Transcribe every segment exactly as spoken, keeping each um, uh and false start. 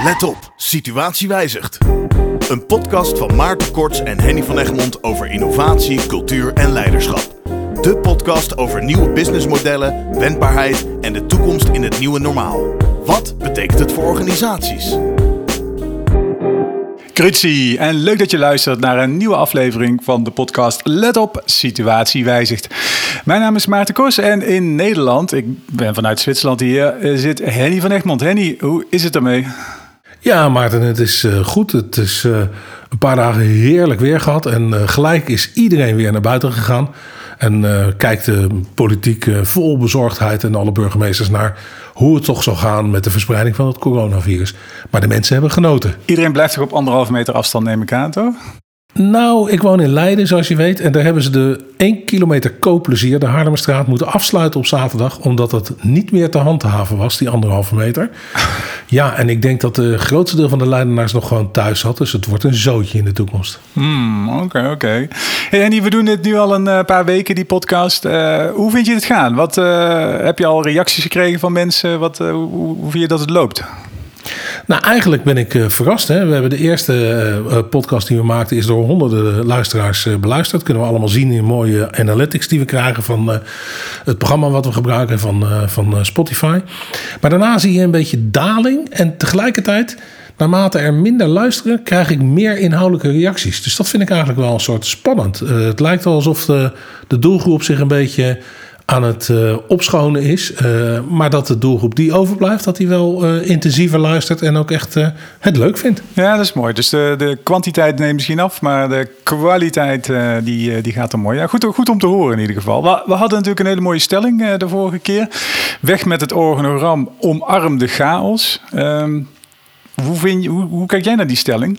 Let op, situatie wijzigt. Een podcast van Maarten Korts en Henny van Egmond over innovatie, cultuur en leiderschap. De podcast over nieuwe businessmodellen, wendbaarheid en de toekomst in het nieuwe normaal. Wat betekent het voor organisaties? Grüezi en leuk dat je luistert naar een nieuwe aflevering van de podcast Let op, situatie wijzigt. Mijn naam is Maarten Korts en in Nederland, ik ben vanuit Zwitserland hier, zit Henny van Egmond. Henny, hoe is het ermee? Ja, Maarten, het is uh, goed. Het is uh, een paar dagen heerlijk weer gehad en uh, gelijk is iedereen weer naar buiten gegaan. En uh, kijkt de politiek uh, vol bezorgdheid en alle burgemeesters naar hoe het toch zou gaan met de verspreiding van het coronavirus. Maar de mensen hebben genoten. Iedereen blijft toch op anderhalve meter afstand, neem ik aan, toch? Nou, ik woon in Leiden, zoals je weet. En daar hebben ze de één kilometer koopplezier, de Haarlemmerstraat, moeten afsluiten op zaterdag. Omdat het niet meer te handhaven was, die anderhalve meter. Ja, en ik denk dat de grootste deel van de Leidenaars nog gewoon thuis had. Dus het wordt een zootje in de toekomst. Hmm, oké, okay, oké. Okay. Hey Henny, we doen dit nu al een uh, paar weken, die podcast. Uh, hoe vind je het gaan? Wat, uh, heb je al reacties gekregen van mensen? Wat, uh, hoe, hoe vind je dat het loopt? Nou, eigenlijk ben ik uh, verrast. Hè? We hebben de eerste uh, podcast die we maakten is door honderden luisteraars uh, beluisterd. Kunnen we allemaal zien in mooie analytics die we krijgen van uh, het programma wat we gebruiken van, uh, van uh, Spotify. Maar daarna zie je een beetje daling en tegelijkertijd, naarmate er minder luisteren, krijg ik meer inhoudelijke reacties. Dus dat vind ik eigenlijk wel een soort spannend. Uh, het lijkt wel alsof de, de doelgroep zich een beetje aan het uh, opschonen is. Uh, maar dat de doelgroep die overblijft, dat die wel uh, intensiever luistert en ook echt uh, het leuk vindt. Ja, dat is mooi. Dus de, de kwantiteit neemt misschien af, maar de kwaliteit uh, die, uh, die gaat er mooi. Ja, goed, goed om te horen in ieder geval. We, we hadden natuurlijk een hele mooie stelling uh, de vorige keer. Weg met het organogram, omarm de chaos. Um, hoe, vind je, hoe, hoe kijk jij naar die stelling?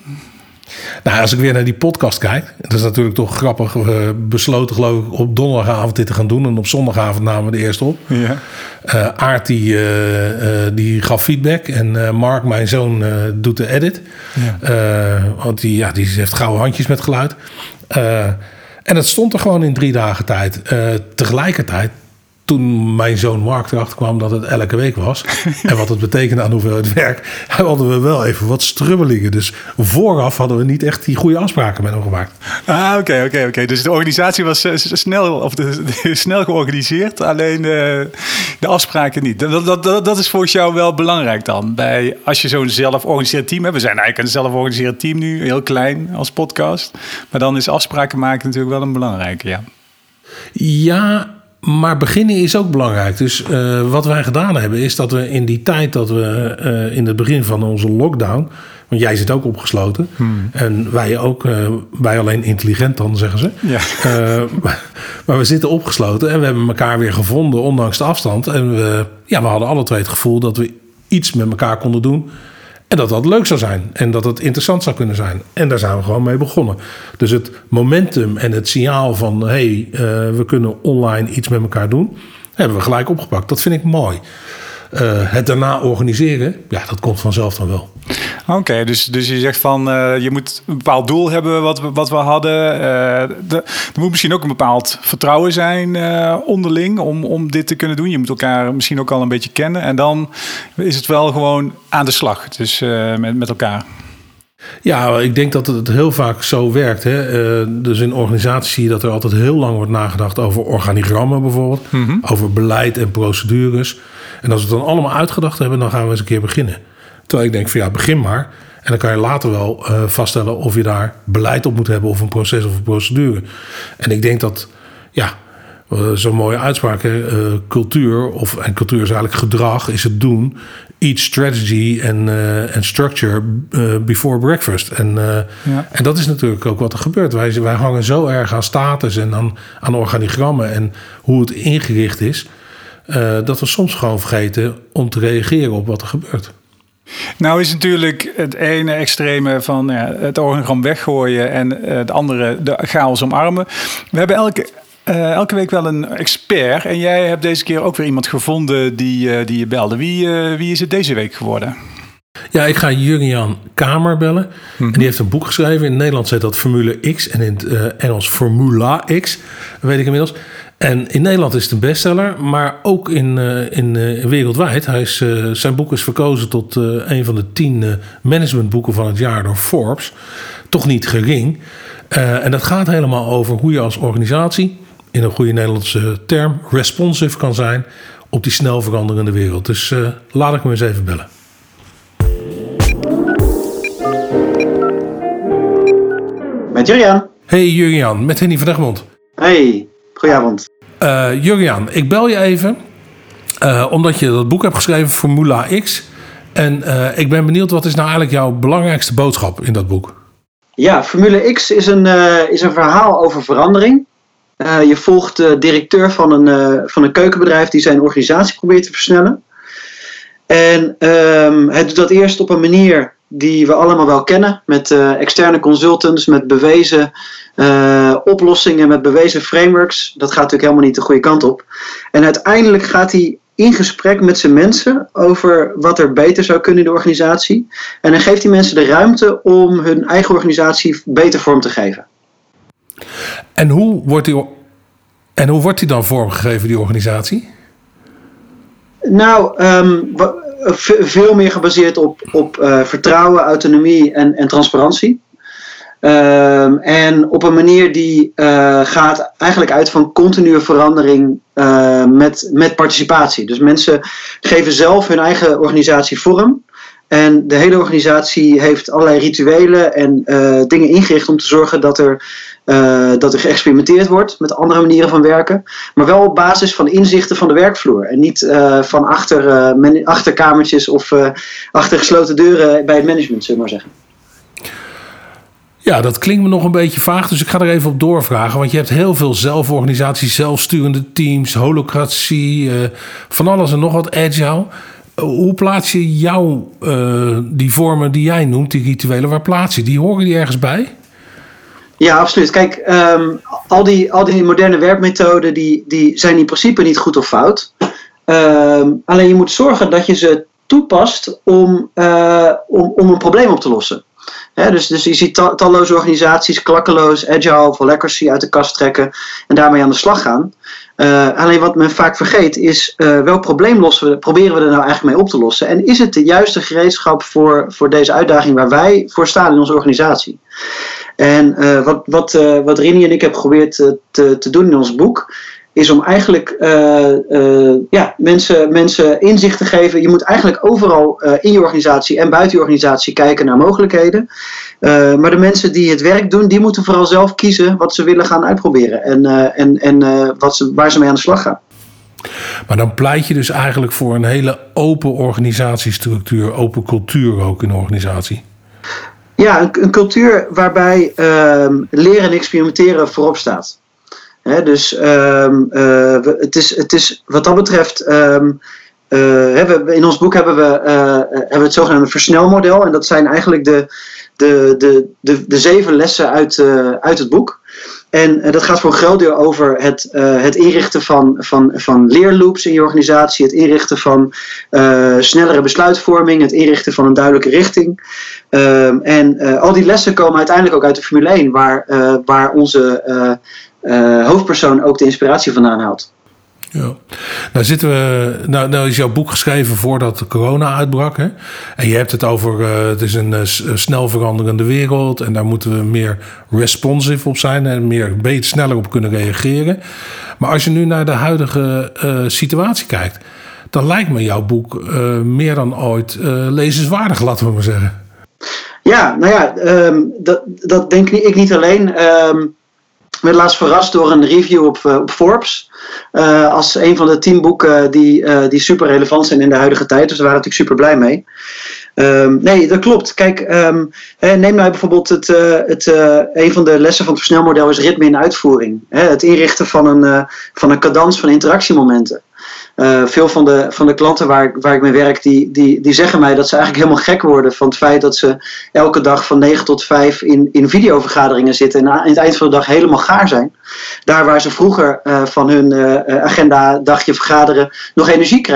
Nou, als ik weer naar die podcast kijk, dat is natuurlijk toch grappig. We besloten geloof ik op donderdagavond dit te gaan doen. En op zondagavond namen we de eerste op. Ja. Uh, Aart die, uh, uh, die gaf feedback. En uh, Mark, mijn zoon, uh, doet de edit. Ja. Uh, want die, ja, die heeft gouden handjes met geluid. Uh, en dat stond er gewoon in drie dagen tijd. Uh, tegelijkertijd, toen mijn zoon Mark erachter kwam dat het elke week was. En wat het betekende aan hoeveelheid werk, hadden we wel even wat strubbelingen. Dus vooraf hadden we niet echt die goede afspraken met hem gemaakt. Ah, oké, okay, oké, okay, oké. Okay. Dus de organisatie was uh, snel, of de, de, snel georganiseerd. Alleen uh, de afspraken niet. Dat, dat, dat, dat is volgens jou wel belangrijk dan. Bij, als je zo'n zelforganiseerd team hebt. We zijn eigenlijk een zelforganiseerd team nu. Heel klein als podcast. Maar dan is afspraken maken natuurlijk wel een belangrijke, ja. Ja, maar beginnen is ook belangrijk. Dus uh, wat wij gedaan hebben is dat we in die tijd dat we uh, in het begin van onze lockdown, want jij zit ook opgesloten hmm. en wij ook, uh, wij alleen intelligent dan zeggen ze. Ja. Uh, maar, maar we zitten opgesloten en we hebben elkaar weer gevonden ondanks de afstand. En we, ja, we hadden alle twee het gevoel dat we iets met elkaar konden doen. En dat dat leuk zou zijn. En dat het interessant zou kunnen zijn. En daar zijn we gewoon mee begonnen. Dus het momentum en het signaal van hé, hey, uh, we kunnen online iets met elkaar doen, hebben we gelijk opgepakt. Dat vind ik mooi. Uh, het daarna organiseren, ja, dat komt vanzelf dan wel. Oké, okay, dus, dus je zegt van uh, je moet een bepaald doel hebben wat we, wat we hadden. Uh, de, er moet misschien ook een bepaald vertrouwen zijn uh, onderling om, om dit te kunnen doen. Je moet elkaar misschien ook al een beetje kennen. En dan is het wel gewoon aan de slag, dus uh, met, met elkaar. Ja, ik denk dat het heel vaak zo werkt. Hè? Uh, dus in organisaties zie je dat er altijd heel lang wordt nagedacht over organigrammen bijvoorbeeld. Mm-hmm. Over beleid en procedures. En als we het dan allemaal uitgedacht hebben, dan gaan we eens een keer beginnen. Terwijl ik denk van ja, begin maar. En dan kan je later wel uh, vaststellen of je daar beleid op moet hebben of een proces of een procedure. En ik denk dat, ja, uh, zo'n mooie uitspraak, hè, uh, cultuur, of en cultuur is eigenlijk gedrag, is het doen. Eat strategy and, uh, and structure uh, before breakfast. En, uh, ja. en dat is natuurlijk ook wat er gebeurt. Wij, wij hangen zo erg aan status en aan, aan organigrammen en hoe het ingericht is, Uh, dat we soms gewoon vergeten om te reageren op wat er gebeurt. Nou is natuurlijk het ene extreme van ja, het organogram weggooien en uh, het andere de chaos omarmen. We hebben elke, uh, elke week wel een expert en jij hebt deze keer ook weer iemand gevonden die, uh, die je belde. Wie, uh, wie is het deze week geworden? Ja, ik ga Jurriaan Kamer bellen. Mm-hmm. En die heeft een boek geschreven. In het Nederlands heet dat Formule X en in het uh, Engels Formula X, weet ik inmiddels. En in Nederland is het een bestseller, maar ook in, uh, in uh, wereldwijd. Hij is, uh, zijn boek is verkozen tot uh, een van de tien uh, managementboeken van het jaar door Forbes. Toch niet gering. Uh, en dat gaat helemaal over hoe je als organisatie, in een goede Nederlandse term, responsive kan zijn op die snel veranderende wereld. Dus uh, laat ik hem eens even bellen. Met Jurriaan. Hey Jurriaan, met Henny van Egmond. Hey, goedenavond. Uh, Jurriaan, ik bel je even uh, omdat je dat boek hebt geschreven, Formula X. En uh, ik ben benieuwd, wat is nou eigenlijk jouw belangrijkste boodschap in dat boek? Ja, Formule X is een, uh, is een verhaal over verandering. Uh, je volgt de directeur van een, uh, van een keukenbedrijf die zijn organisatie probeert te versnellen. En um, hij doet dat eerst op een manier die we allemaal wel kennen. Met uh, externe consultants, met bewezen uh, oplossingen, met bewezen frameworks. Dat gaat natuurlijk helemaal niet de goede kant op. En uiteindelijk gaat hij in gesprek met zijn mensen over wat er beter zou kunnen in de organisatie. En dan geeft die mensen de ruimte om hun eigen organisatie beter vorm te geven. En hoe wordt die, en hoe wordt die dan vormgegeven, die organisatie? Nou, um, veel meer gebaseerd op, op uh, vertrouwen, autonomie en, en transparantie. Um, en op een manier die uh, gaat eigenlijk uit van continue verandering uh, met, met participatie. Dus mensen geven zelf hun eigen organisatie vorm. En de hele organisatie heeft allerlei rituelen en uh, dingen ingericht om te zorgen dat er, uh, dat er geëxperimenteerd wordt met andere manieren van werken. Maar wel op basis van inzichten van de werkvloer. En niet uh, van achter, uh, man- achterkamertjes of uh, achter gesloten deuren bij het management, zullen we maar zeggen. Ja, dat klinkt me nog een beetje vaag, dus ik ga er even op doorvragen. Want je hebt heel veel zelforganisaties, zelfsturende teams, holocratie, uh, van alles en nog wat, agile. Hoe plaats je jou, uh, die vormen die jij noemt, die rituelen, waar plaats je? Die horen die ergens bij? Ja, absoluut. Kijk, um, al, die, al die moderne werkmethoden die, die zijn in principe niet goed of fout. Um, alleen je moet zorgen dat je ze toepast om, uh, om, om een probleem op te lossen. He, dus, dus je ziet ta- talloze organisaties klakkeloos agile of holacracy uit de kast trekken en daarmee aan de slag gaan. Uh, alleen wat men vaak vergeet is uh, welk probleem lossen we, proberen we er nou eigenlijk mee op te lossen. En is het de juiste gereedschap voor, voor deze uitdaging waar wij voor staan in onze organisatie? En uh, wat, wat, uh, wat Rini en ik hebben geprobeerd uh, te, te doen in ons boek, is om eigenlijk uh, uh, ja, mensen, mensen inzicht te geven. Je moet eigenlijk overal uh, in je organisatie en buiten je organisatie kijken naar mogelijkheden. Uh, maar de mensen die het werk doen, die moeten vooral zelf kiezen wat ze willen gaan uitproberen. En, uh, en, en uh, wat ze, waar ze mee aan de slag gaan. Maar dan pleit je dus eigenlijk voor een hele open organisatiestructuur, open cultuur ook in de organisatie. Ja, een, een cultuur waarbij uh, leren en experimenteren voorop staat. He, dus um, uh, het, is, het is wat dat betreft. Um, uh, we, in ons boek hebben we, uh, hebben we het zogenaamde versnelmodel. En dat zijn eigenlijk de, de, de, de, de zeven lessen uit, uh, uit het boek. En uh, dat gaat voor een groot deel over het, uh, het inrichten van, van, van leerloops in je organisatie. Het inrichten van uh, snellere besluitvorming. Het inrichten van een duidelijke richting. Um, en uh, al die lessen komen uiteindelijk ook uit de Formule één. Waar, uh, waar onze uh, uh, hoofdpersoon ook de inspiratie vandaan haalt. Ja. Nou, zitten we, nou, nou is jouw boek geschreven voordat corona uitbrak. Hè? En je hebt het over, uh, het is een uh, snel veranderende wereld. En daar moeten we meer responsive op zijn. En meer, beter, sneller op kunnen reageren. Maar als je nu naar de huidige uh, situatie kijkt, dan lijkt me jouw boek uh, meer dan ooit uh, lezenswaardig, laten we maar zeggen. Ja, nou ja, um, dat, dat denk ik niet alleen. Um, Ik werd laatst verrast door een review op, uh, op Forbes. Uh, als een van de tien boeken die, uh, die super relevant zijn in de huidige tijd. Dus daar waren we natuurlijk super blij mee. Um, nee, dat klopt. Kijk, um, neem nou bijvoorbeeld het, uh, het, uh, een van de lessen van het versnelmodel is ritme in uitvoering. Hè, het inrichten van een, uh, van een cadans van interactiemomenten. Uh, veel van de, van de klanten waar, waar ik mee werk, die, die, die zeggen mij dat ze eigenlijk helemaal gek worden van het feit dat ze elke dag van negen tot vijf in, in videovergaderingen zitten en aan het eind van de dag helemaal gaar zijn. Daar waar ze vroeger uh, van hun uh, agenda dagje vergaderen nog energie krijgen.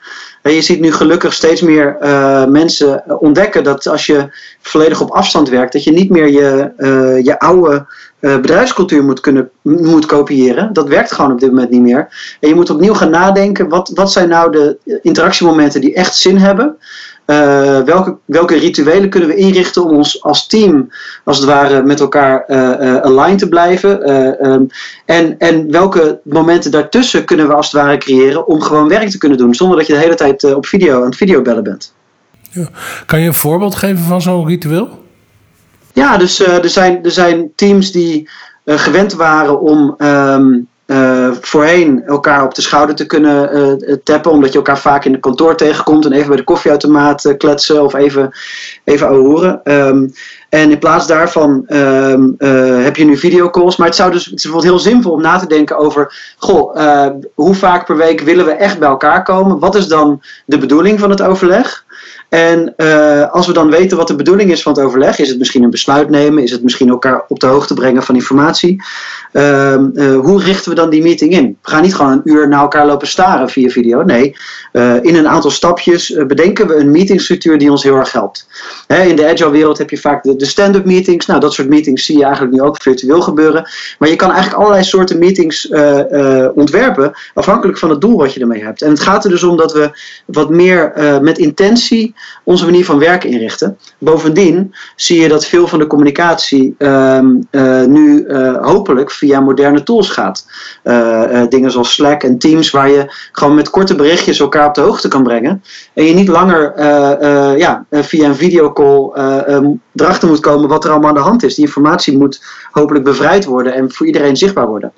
En je ziet nu gelukkig steeds meer uh, mensen ontdekken dat als je volledig op afstand werkt, dat je niet meer je, uh, je oude uh, bedrijfscultuur moet kunnen moet kopiëren. Dat werkt gewoon op dit moment niet meer. En je moet opnieuw gaan nadenken, wat, wat zijn nou de interactiemomenten die echt zin hebben? Uh, welke, welke rituelen kunnen we inrichten om ons als team, als het ware, met elkaar uh, uh, aligned te blijven? Uh, um, en, en welke momenten daartussen kunnen we als het ware creëren om gewoon werk te kunnen doen, zonder dat je de hele tijd uh, op video aan het videobellen bent. Ja. Kan je een voorbeeld geven van zo'n ritueel? Ja, dus uh, er, zijn, er zijn teams die uh, gewend waren om Um, Uh, voorheen elkaar op de schouder te kunnen uh, tappen, omdat je elkaar vaak in het kantoor tegenkomt en even bij de koffieautomaat uh, kletsen of even, even ouwehoeren. Um, en in plaats daarvan um, uh, heb je nu videocalls, maar het, zou dus, het is bijvoorbeeld heel zinvol om na te denken over, goh, uh, hoe vaak per week willen we echt bij elkaar komen? Wat is dan de bedoeling van het overleg? En uh, als we dan weten wat de bedoeling is van het overleg, is het misschien een besluit nemen, is het misschien elkaar op de hoogte brengen van informatie. Uh, uh, hoe richten we dan die meeting in? We gaan niet gewoon een uur naar elkaar lopen staren via video. Nee, uh, in een aantal stapjes uh, bedenken we een meetingstructuur die ons heel erg helpt. Hè, in de agile wereld heb je vaak de, de stand-up meetings. Nou, dat soort meetings zie je eigenlijk nu ook virtueel gebeuren. Maar je kan eigenlijk allerlei soorten meetings uh, uh, ontwerpen, afhankelijk van het doel wat je ermee hebt. En het gaat er dus om dat we wat meer uh, met intentie onze manier van werken inrichten. Bovendien zie je dat veel van de communicatie um, uh, nu uh, hopelijk via moderne tools gaat. Uh, uh, dingen zoals Slack en Teams, waar je gewoon met korte berichtjes elkaar op de hoogte kan brengen. En je niet langer uh, uh, ja, via een videocall uh, um, erachter moet komen wat er allemaal aan de hand is. Die informatie moet hopelijk bevrijd worden en voor iedereen zichtbaar worden.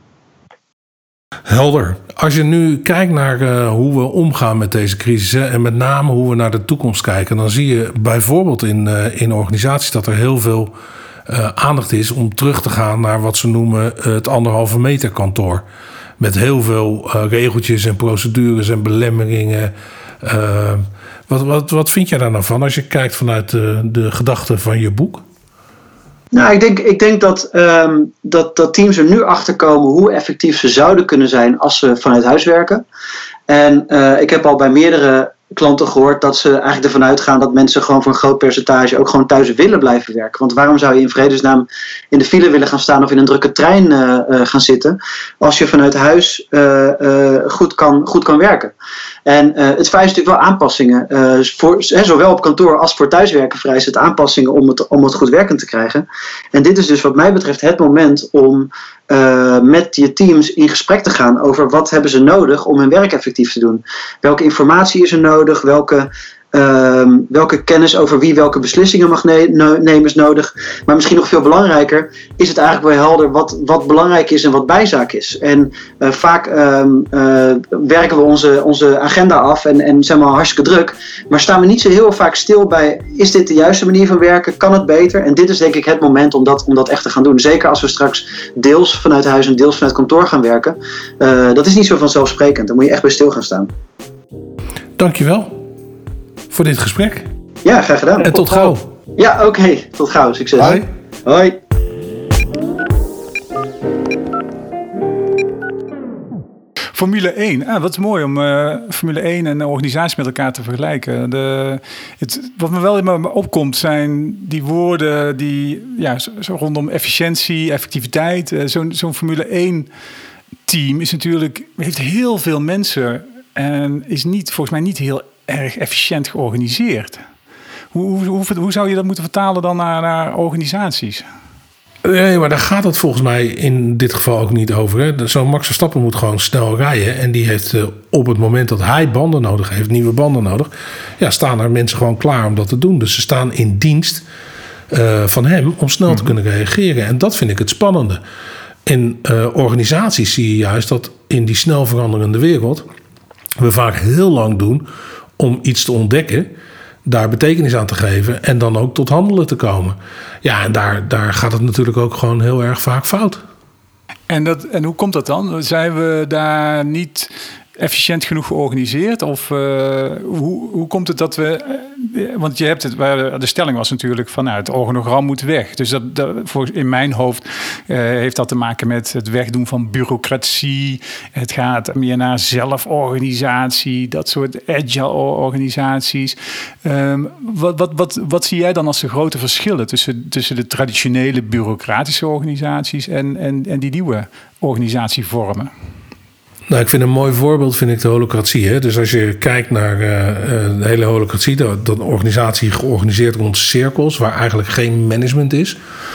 Helder. Als je nu kijkt naar uh, hoe we omgaan met deze crisis, hè, en met name hoe we naar de toekomst kijken, dan zie je bijvoorbeeld in, uh, in organisaties dat er heel veel uh, aandacht is om terug te gaan naar wat ze noemen uh, het anderhalve meter kantoor. Met heel veel uh, regeltjes en procedures en belemmeringen. Uh, wat, wat, wat vind jij daar nou van als je kijkt vanuit uh, de gedachten van je boek? Nou, ik denk, ik denk dat, um, dat, dat teams er nu achter komen hoe effectief ze zouden kunnen zijn als ze vanuit huis werken. En uh, ik heb al bij meerdere klanten gehoord dat ze eigenlijk ervan uitgaan dat mensen gewoon voor een groot percentage ook gewoon thuis willen blijven werken. Want waarom zou je in vredesnaam in de file willen gaan staan of in een drukke trein uh, uh, gaan zitten als je vanuit huis uh, uh, goed, kan, goed kan werken? En uh, het vereist natuurlijk wel aanpassingen. Uh, voor, he, zowel op kantoor als voor thuiswerken vereist het aanpassingen om het, om het goed werkend te krijgen. En dit is dus wat mij betreft het moment om uh, met je teams in gesprek te gaan over wat hebben ze nodig om hun werk effectief te doen. Welke informatie is er nodig? Welke Um, welke kennis over wie welke beslissingen mag ne- ne- nemen is nodig. Maar misschien nog veel belangrijker is het eigenlijk wel helder wat, wat belangrijk is en wat bijzaak is. En uh, vaak um, uh, werken we onze, onze agenda af en, en zijn we al hartstikke druk. Maar staan we niet zo heel vaak stil bij, is dit de juiste manier van werken? Kan het beter? En dit is denk ik het moment om dat, om dat echt te gaan doen. Zeker als we straks deels vanuit huis en deels vanuit kantoor gaan werken. Uh, dat is niet zo vanzelfsprekend. Daar moet je echt bij stil gaan staan. Dankjewel voor dit gesprek. Ja, graag gedaan. En tot gauw. Ja, oké. Okay. Tot gauw. Succes. Hoi. Hoi. Formule één. Ah, wat mooi om uh, Formule één en de organisatie met elkaar te vergelijken. De, het, wat me wel in me opkomt zijn die woorden die ja, zo, zo rondom efficiëntie, effectiviteit. Uh, zo'n, zo'n Formule één team is natuurlijk, heeft heel veel mensen en is niet, volgens mij niet heel erg efficiënt georganiseerd. Hoe, hoe, hoe, hoe zou je dat moeten vertalen dan naar, naar organisaties? Nee, maar daar gaat het volgens mij in dit geval ook niet over. Hè. Zo'n Max Verstappen moet gewoon snel rijden. En die heeft uh, op het moment dat hij banden nodig heeft, nieuwe banden nodig, ja, staan er mensen gewoon klaar om dat te doen. Dus ze staan in dienst uh, van hem om snel mm-hmm. te kunnen reageren. En dat vind ik het spannende. In uh, organisaties zie je juist dat in die snel veranderende wereld we vaak heel lang doen om iets te ontdekken, daar betekenis aan te geven en dan ook tot handelen te komen. Ja, en daar, daar gaat het natuurlijk ook gewoon heel erg vaak fout. En, dat, en hoe komt dat dan? Zijn we daar niet efficiënt genoeg georganiseerd? Of uh, hoe, hoe komt het dat we... Uh, want je hebt het, de stelling was natuurlijk van nou, het organogram moet weg. Dus dat, dat, voor, in mijn hoofd uh, heeft dat te maken met het wegdoen van bureaucratie. Het gaat meer naar zelforganisatie, dat soort agile organisaties. Um, wat, wat, wat, wat zie jij dan als de grote verschillen tussen, tussen de traditionele bureaucratische organisaties en, en, en die nieuwe organisatievormen? Nou, ik vind een mooi voorbeeld vind ik de holocratie. Hè? Dus als je kijkt naar uh, de hele holocratie, dat, dat een organisatie georganiseerd rond cirkels, waar eigenlijk geen management is.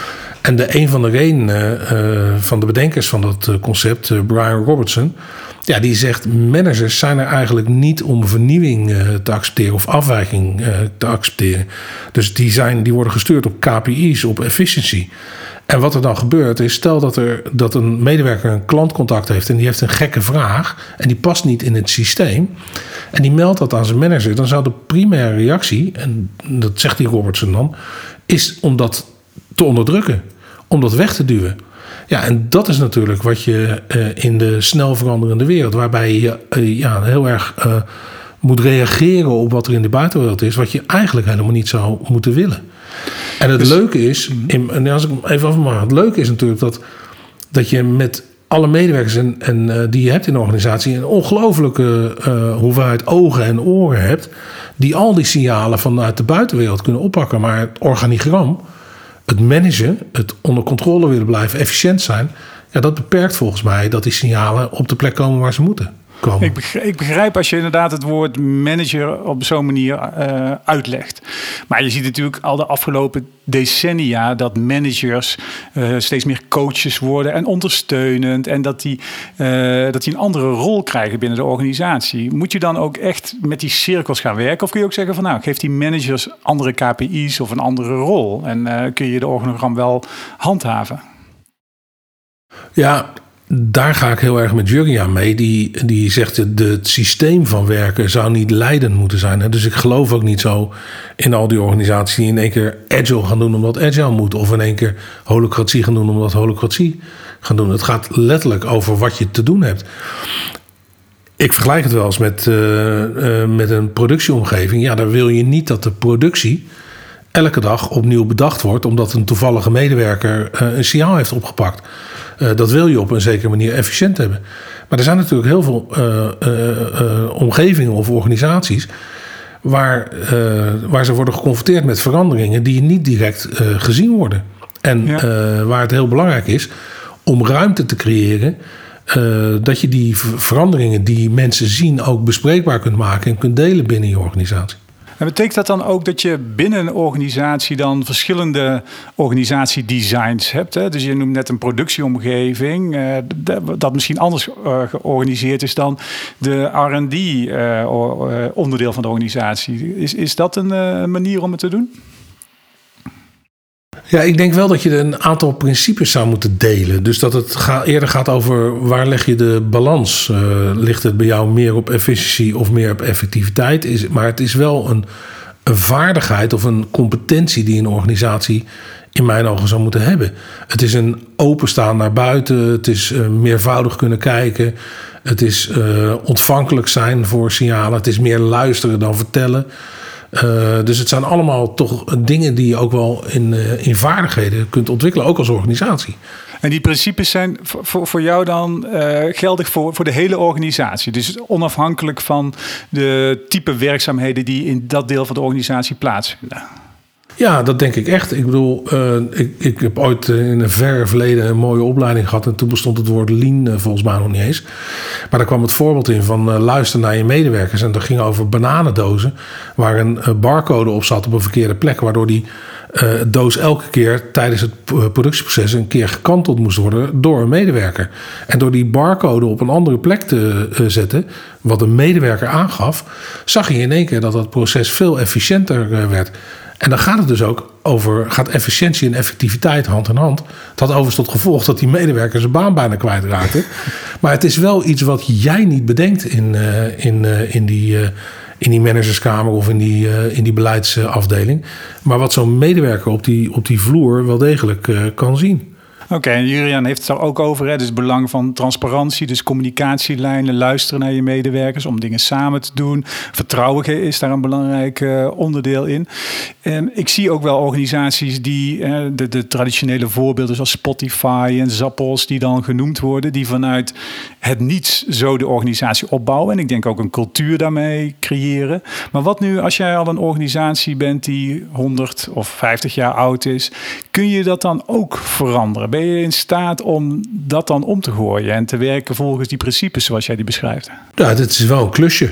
En de een van de redenen uh, van de bedenkers van dat concept, uh, Brian Robertson, ja, die zegt managers zijn er eigenlijk niet om vernieuwing uh, te accepteren of afwijking uh, te accepteren. Dus die, zijn, die worden gestuurd op K P I's, op efficiency. En wat er dan gebeurt is, stel dat, er, dat een medewerker een klantcontact heeft en die heeft een gekke vraag en die past niet in het systeem en die meldt dat aan zijn manager, dan zou de primaire reactie, en dat zegt die Robertson dan, is om dat te onderdrukken, om dat weg te duwen. Ja, en dat is natuurlijk wat je uh, in de snel veranderende wereld, waarbij je uh, ja, heel erg uh, moet reageren op wat er in de buitenwereld is, wat je eigenlijk helemaal niet zou moeten willen. En het dus, leuke is, in, en als ik even afmaak, het leuke is natuurlijk dat, dat je met alle medewerkers en, en, uh, die je hebt in de organisatie een ongelofelijke uh, hoeveelheid ogen en oren hebt, die al die signalen vanuit de buitenwereld kunnen oppakken. Maar het organigram, het managen, het onder controle willen blijven, efficiënt zijn, ja, dat beperkt volgens mij dat die signalen op de plek komen waar ze moeten komen. Ik begrijp, ik begrijp als je inderdaad het woord manager op zo'n manier uh, uitlegt. Maar je ziet natuurlijk al de afgelopen decennia dat managers uh, steeds meer coaches worden en ondersteunend. En dat die, uh, dat die een andere rol krijgen binnen de organisatie. Moet je dan ook echt met die cirkels gaan werken? Of kun je ook zeggen van nou, geef die managers andere K P I's of een andere rol? En uh, kun je de organogram wel handhaven? Ja, daar ga ik heel erg met Jurgen aan mee. Die, die zegt dat het systeem van werken zou niet leidend moeten zijn. Dus ik geloof ook niet zo in al die organisaties die in één keer agile gaan doen omdat agile moet. Of in één keer holocratie gaan doen omdat holocratie gaan doen. Het gaat letterlijk over wat je te doen hebt. Ik vergelijk het wel eens met, uh, uh, met een productieomgeving. Ja, daar wil je niet dat de productie elke dag opnieuw bedacht wordt omdat een toevallige medewerker uh, een signaal heeft opgepakt. Uh, dat wil je op een zekere manier efficiënt hebben. Maar er zijn natuurlijk heel veel uh, uh, uh, omgevingen of organisaties waar, uh, waar ze worden geconfronteerd met veranderingen die niet direct uh, gezien worden. En ja. uh, waar het heel belangrijk is om ruimte te creëren, uh, dat je die veranderingen die mensen zien ook bespreekbaar kunt maken en kunt delen binnen je organisatie. En betekent dat dan ook dat je binnen een organisatie dan verschillende organisatiedesigns hebt? Hè? Dus je noemt net een productieomgeving, uh, dat misschien anders uh, georganiseerd is dan de R en D uh, onderdeel van de organisatie. Is, is dat een uh, manier om het te doen? Ja, ik denk wel dat je een aantal principes zou moeten delen. Dus dat het ga, eerder gaat over waar leg je de balans? Uh, ligt het bij jou meer op efficiëntie of meer op effectiviteit? Is, maar het is wel een, een vaardigheid of een competentie die een organisatie in mijn ogen zou moeten hebben. Het is een openstaan naar buiten. Het is uh, meervoudig kunnen kijken. Het is uh, ontvankelijk zijn voor signalen. Het is meer luisteren dan vertellen. Uh, dus het zijn allemaal toch dingen die je ook wel in, uh, in vaardigheden kunt ontwikkelen, ook als organisatie. En die principes zijn voor, voor jou dan uh, geldig voor, voor de hele organisatie. Dus onafhankelijk van de type werkzaamheden die in dat deel van de organisatie plaatsvinden. Ja, dat denk ik echt. Ik bedoel, uh, ik, ik heb ooit in een ver verleden een mooie opleiding gehad. En toen bestond het woord lean uh, volgens mij nog niet eens. Maar daar kwam het voorbeeld in van uh, luister naar je medewerkers. En dat ging over bananendozen. Waar een uh, barcode op zat op een verkeerde plek. Waardoor die uh, doos elke keer tijdens het productieproces een keer gekanteld moest worden door een medewerker. En door die barcode op een andere plek te uh, zetten, wat een medewerker aangaf, zag je in één keer dat dat proces veel efficiënter uh, werd. En dan gaat het dus ook over, gaat efficiëntie en effectiviteit hand in hand. Het had overigens tot gevolg dat die medewerker zijn baan bijna kwijtraakte. Maar het is wel iets wat jij niet bedenkt in, uh, in, uh, in, die, uh, in die managerskamer of in die, uh, in die beleidsafdeling. Maar wat zo'n medewerker op die, op die vloer wel degelijk uh, kan zien. Oké, okay, en Juriaan heeft het er ook over. Hè? Dus het belang van transparantie, dus communicatielijnen, luisteren naar je medewerkers om dingen samen te doen. Vertrouwen is daar een belangrijk uh, onderdeel in. En ik zie ook wel organisaties die, uh, de, de traditionele voorbeelden zoals Spotify en Zappos, die dan genoemd worden, die vanuit het niets zo de organisatie opbouwen. En ik denk ook een cultuur daarmee creëren. Maar wat nu als jij al een organisatie bent die honderd of vijftig jaar oud is, kun je dat dan ook veranderen? Ben je in staat om dat dan om te gooien en te werken volgens die principes zoals jij die beschrijft? Ja, dit is wel een klusje.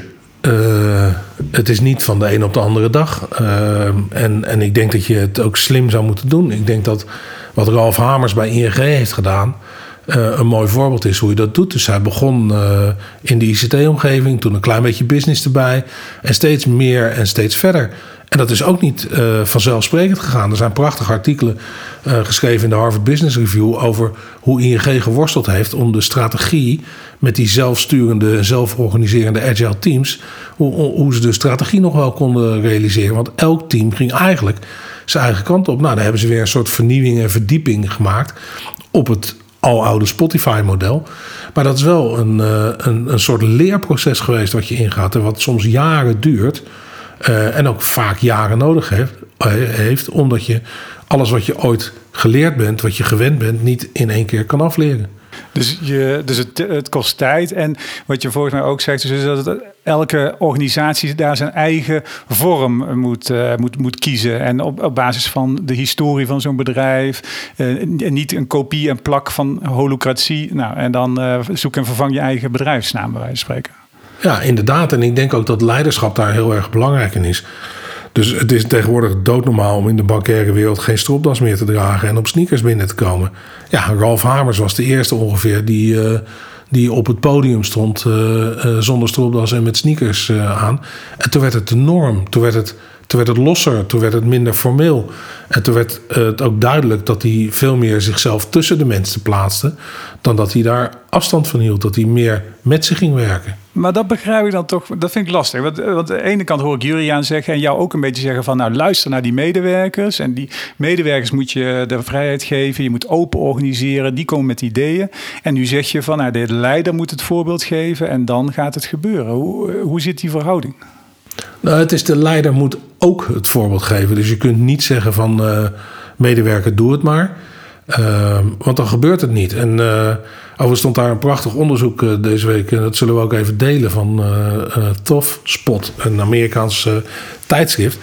Uh, het is niet van de een op de andere dag. Uh, en, en ik denk dat je het ook slim zou moeten doen. Ik denk dat wat Ralf Hamers bij I N G heeft gedaan Uh, een mooi voorbeeld is hoe je dat doet. Dus hij begon uh, in de I C T-omgeving, toen een klein beetje business erbij en steeds meer en steeds verder. En dat is ook niet uh, vanzelfsprekend gegaan. Er zijn prachtige artikelen uh, geschreven in de Harvard Business Review over hoe I N G geworsteld heeft om de strategie met die zelfsturende, zelforganiserende agile teams, hoe, hoe ze de strategie nog wel konden realiseren. Want elk team ging eigenlijk zijn eigen kant op. Nou, daar hebben ze weer een soort vernieuwing en verdieping gemaakt op het aloude Spotify-model. Maar dat is wel een, een, een soort leerproces geweest wat je ingaat en wat soms jaren duurt. Uh, en ook vaak jaren nodig heeft, heeft, omdat je alles wat je ooit geleerd bent, wat je gewend bent, niet in één keer kan afleren. Dus, je, dus het, het kost tijd. En wat je volgens mij ook zegt, dus is dat het, elke organisatie daar zijn eigen vorm moet, uh, moet, moet kiezen. En op, op basis van de historie van zo'n bedrijf. Uh, en niet een kopie en plak van holocratie. Nou, en dan uh, zoek en vervang je eigen bedrijfsnaam, bij wijze van spreken. Ja, inderdaad. En ik denk ook dat leiderschap daar heel erg belangrijk in is. Dus het is tegenwoordig doodnormaal om in de bankaire wereld geen stropdas meer te dragen en op sneakers binnen te komen. Ja, Ralf Hamers was de eerste ongeveer die, uh, die op het podium stond uh, uh, zonder stropdas en met sneakers uh, aan. En toen werd het de norm. Toen werd het, toen werd het losser. Toen werd het minder formeel. En toen werd uh, het ook duidelijk dat hij veel meer zichzelf tussen de mensen plaatste dan dat hij daar afstand van hield. Dat hij meer met ze ging werken. Maar dat begrijp ik dan toch, dat vind ik lastig. Want, want aan de ene kant hoor ik Juriaan zeggen en jou ook een beetje zeggen van, nou, luister naar die medewerkers. En die medewerkers moet je de vrijheid geven. Je moet open organiseren. Die komen met ideeën. En nu zeg je van, nou, de leider moet het voorbeeld geven en dan gaat het gebeuren. Hoe, hoe zit die verhouding? Nou, het is de leider moet ook het voorbeeld geven. Dus je kunt niet zeggen van, uh, medewerker, doe het maar. Uh, want dan gebeurt het niet. En uh, overigens stond daar een prachtig onderzoek uh, deze week. En dat zullen we ook even delen van uh, uh, TofSpot, een Amerikaans uh, tijdschrift.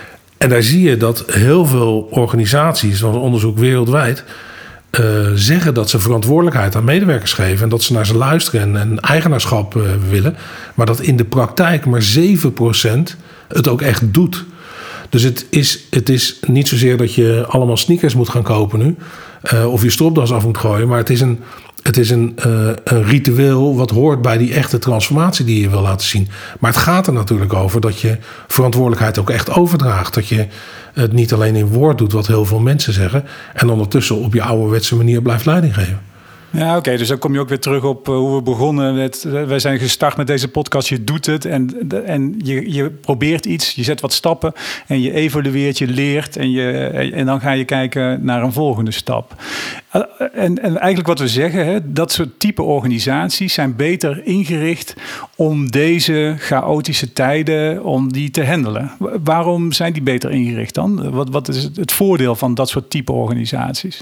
En daar zie je dat heel veel organisaties, van onderzoek wereldwijd, uh, zeggen dat ze verantwoordelijkheid aan medewerkers geven. En dat ze naar ze luisteren en, en eigenaarschap uh, willen. Maar dat in de praktijk maar zeven procent het ook echt doet. Dus het is, het is niet zozeer dat je allemaal sneakers moet gaan kopen nu. Uh, of je stropdas af moet gooien. Maar het is, een, het is een, uh, een ritueel wat hoort bij die echte transformatie die je wil laten zien. Maar het gaat er natuurlijk over dat je verantwoordelijkheid ook echt overdraagt. Dat je het niet alleen in woord doet wat heel veel mensen zeggen. En ondertussen op je ouderwetse manier blijft leiding geven. Ja, oké. Okay, dus dan kom je ook weer terug op uh, hoe we begonnen met. Uh, wij zijn gestart met deze podcast. Je doet het en, en je, je probeert iets. Je zet wat stappen en je evalueert, je leert. En, je, en dan ga je kijken naar een volgende stap. Uh, en, en eigenlijk wat we zeggen, hè, dat soort type organisaties zijn beter ingericht om deze chaotische tijden, om die te handelen. Waarom zijn die beter ingericht dan? Wat, wat is het voordeel van dat soort type organisaties?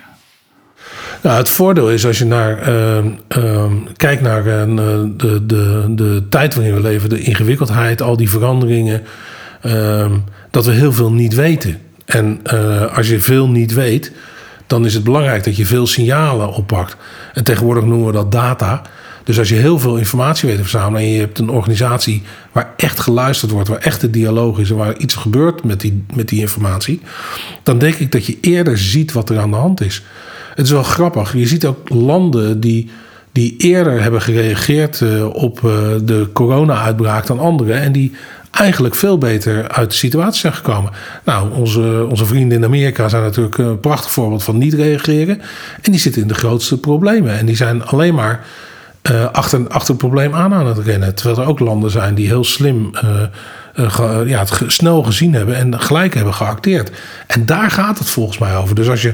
Nou, het voordeel is als je naar, uh, uh, kijkt naar uh, de, de, de tijd waarin we leven, de ingewikkeldheid, al die veranderingen, uh, dat we heel veel niet weten. En uh, als je veel niet weet, dan is het belangrijk dat je veel signalen oppakt. En tegenwoordig noemen we dat data. Dus als je heel veel informatie weet te verzamelen en je hebt een organisatie waar echt geluisterd wordt, waar echt een dialoog is en waar iets gebeurt met die, met die informatie, dan denk ik dat je eerder ziet wat er aan de hand is. Het is wel grappig. Je ziet ook landen die, die eerder hebben gereageerd uh, op uh, de corona-uitbraak dan anderen. En die eigenlijk veel beter uit de situatie zijn gekomen. Nou, onze, onze vrienden in Amerika zijn natuurlijk een prachtig voorbeeld van niet reageren. En die zitten in de grootste problemen. En die zijn alleen maar uh, achter, achter het probleem aan aan het rennen. Terwijl er ook landen zijn die heel slim Uh, Uh, ge, ja, het ge, snel gezien hebben en gelijk hebben geacteerd. En daar gaat het volgens mij over. Dus als je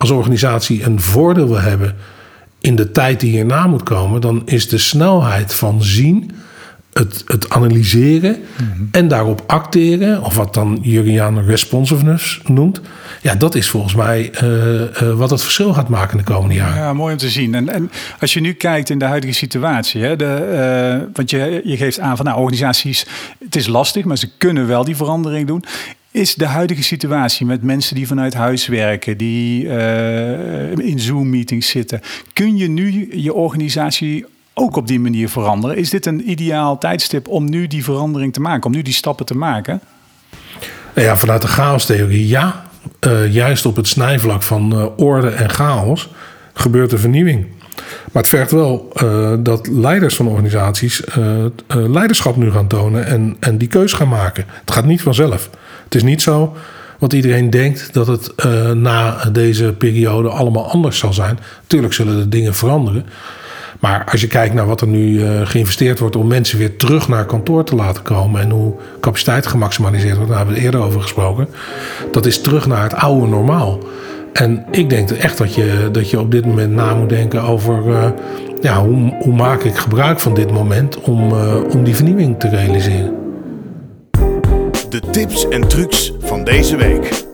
als organisatie een voordeel wil hebben in de tijd die hierna moet komen, dan is de snelheid van zien, het, het analyseren mm-hmm. en daarop acteren, of wat dan Jurriaan responsiveness noemt. Ja, dat is volgens mij uh, uh, wat het verschil gaat maken de komende jaren. Ja, mooi om te zien. En, en als je nu kijkt in de huidige situatie, hè, de, uh, want je, je geeft aan van nou, organisaties, het is lastig, maar ze kunnen wel die verandering doen. Is de huidige situatie met mensen die vanuit huis werken, die uh, in Zoom-meetings zitten, kun je nu je organisatie ook op die manier veranderen? Is dit een ideaal tijdstip om nu die verandering te maken, om nu die stappen te maken? Ja, vanuit de chaostheorie ja. Uh, juist op het snijvlak van uh, orde en chaos gebeurt er vernieuwing. Maar het vergt wel uh, dat leiders van organisaties uh, uh, leiderschap nu gaan tonen en, en die keus gaan maken. Het gaat niet vanzelf. Het is niet zo wat iedereen denkt dat het uh, na deze periode allemaal anders zal zijn. Tuurlijk zullen er dingen veranderen. Maar als je kijkt naar wat er nu uh, geïnvesteerd wordt om mensen weer terug naar kantoor te laten komen en hoe capaciteit gemaximaliseerd wordt, daar hebben we het eerder over gesproken. Dat is terug naar het oude normaal. En ik denk echt dat je, dat je op dit moment na moet denken over uh, ja, hoe, hoe maak ik gebruik van dit moment om, uh, om die vernieuwing te realiseren. De tips en trucs van deze week.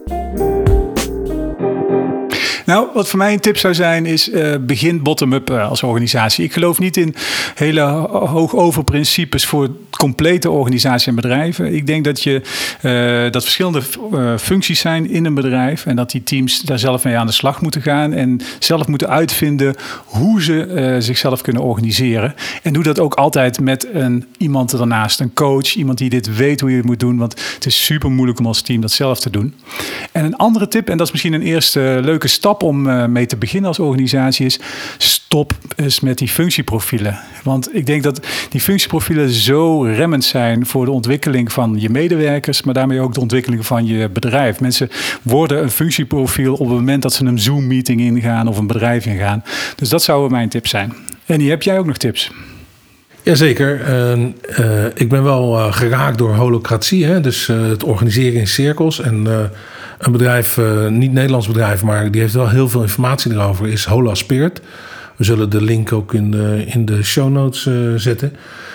Nou, wat voor mij een tip zou zijn is uh, begin bottom-up uh, als organisatie. Ik geloof niet in hele hoogover principes voor complete organisatie en bedrijven. Ik denk dat je uh, dat verschillende uh, functies zijn in een bedrijf en dat die teams daar zelf mee aan de slag moeten gaan en zelf moeten uitvinden hoe ze uh, zichzelf kunnen organiseren. En doe dat ook altijd met een, iemand ernaast, een coach, iemand die dit weet hoe je het moet doen, want het is super moeilijk om als team dat zelf te doen. En een andere tip, en dat is misschien een eerste leuke stap om uh, mee te beginnen als organisatie, is stop eens met die functieprofielen. Want ik denk dat die functieprofielen zo remmend zijn voor de ontwikkeling van je medewerkers, maar daarmee ook de ontwikkeling van je bedrijf. Mensen worden een functieprofiel op het moment dat ze een Zoom-meeting ingaan of een bedrijf ingaan. Dus dat zou mijn tip zijn. En hier heb jij ook nog tips? Jazeker. Uh, uh, ik ben wel uh, geraakt door holocratie. Hè? Dus uh, het organiseren in cirkels. En uh, een bedrijf, uh, niet Nederlands bedrijf, maar die heeft wel heel veel informatie erover, is Hola Spirit. We zullen de link ook in de, in de show notes uh, zetten.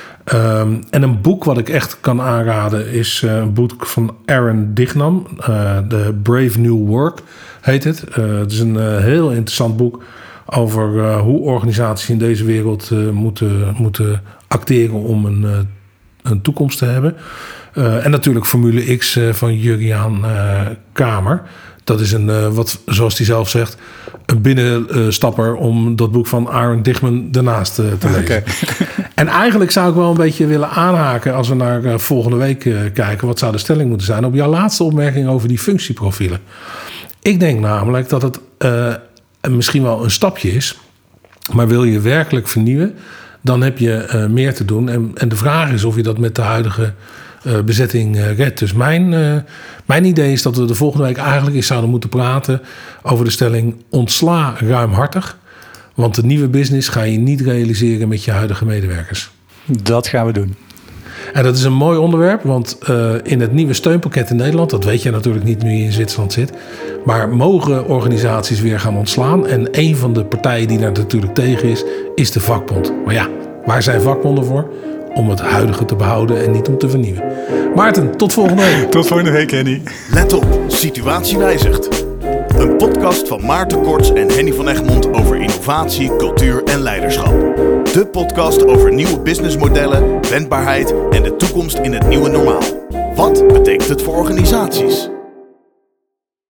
Um, en een boek wat ik echt kan aanraden is uh, een boek van Aaron Dignam. Uh, The Brave New Work heet het. Uh, het is een uh, heel interessant boek over uh, hoe organisaties in deze wereld uh, moeten, moeten acteren om een, uh, een toekomst te hebben. Uh, en natuurlijk Formule X uh, van Jurriaan uh, Kamer. Dat is een, uh, wat, zoals hij zelf zegt, een binnenstapper om dat boek van Aaron Dignam daarnaast uh, te lezen. Okay. En eigenlijk zou ik wel een beetje willen aanhaken als we naar uh, volgende week uh, kijken. Wat zou de stelling moeten zijn op jouw laatste opmerking over die functieprofielen? Ik denk namelijk dat het uh, misschien wel een stapje is, maar wil je werkelijk vernieuwen, dan heb je uh, meer te doen. En, en de vraag is of je dat met de huidige uh, bezetting uh, redt. Dus mijn, uh, mijn idee is dat we de volgende week eigenlijk eens zouden moeten praten over de stelling ontsla ruimhartig. Want de nieuwe business ga je niet realiseren met je huidige medewerkers. Dat gaan we doen. En dat is een mooi onderwerp, want uh, in het nieuwe steunpakket in Nederland, dat weet je natuurlijk niet nu je in Zwitserland zit, maar mogen organisaties weer gaan ontslaan. En een van de partijen die daar natuurlijk tegen is, is de vakbond. Maar ja, waar zijn vakbonden voor? Om het huidige te behouden en niet om te vernieuwen. Maarten, tot volgende week. Tot volgende week, Henny. Let op, situatie wijzigt. Een podcast van Maarten Korts en Henny van Egmond over innovatie, cultuur en leiderschap. De podcast over nieuwe businessmodellen, wendbaarheid en de toekomst in het nieuwe normaal. Wat betekent het voor organisaties?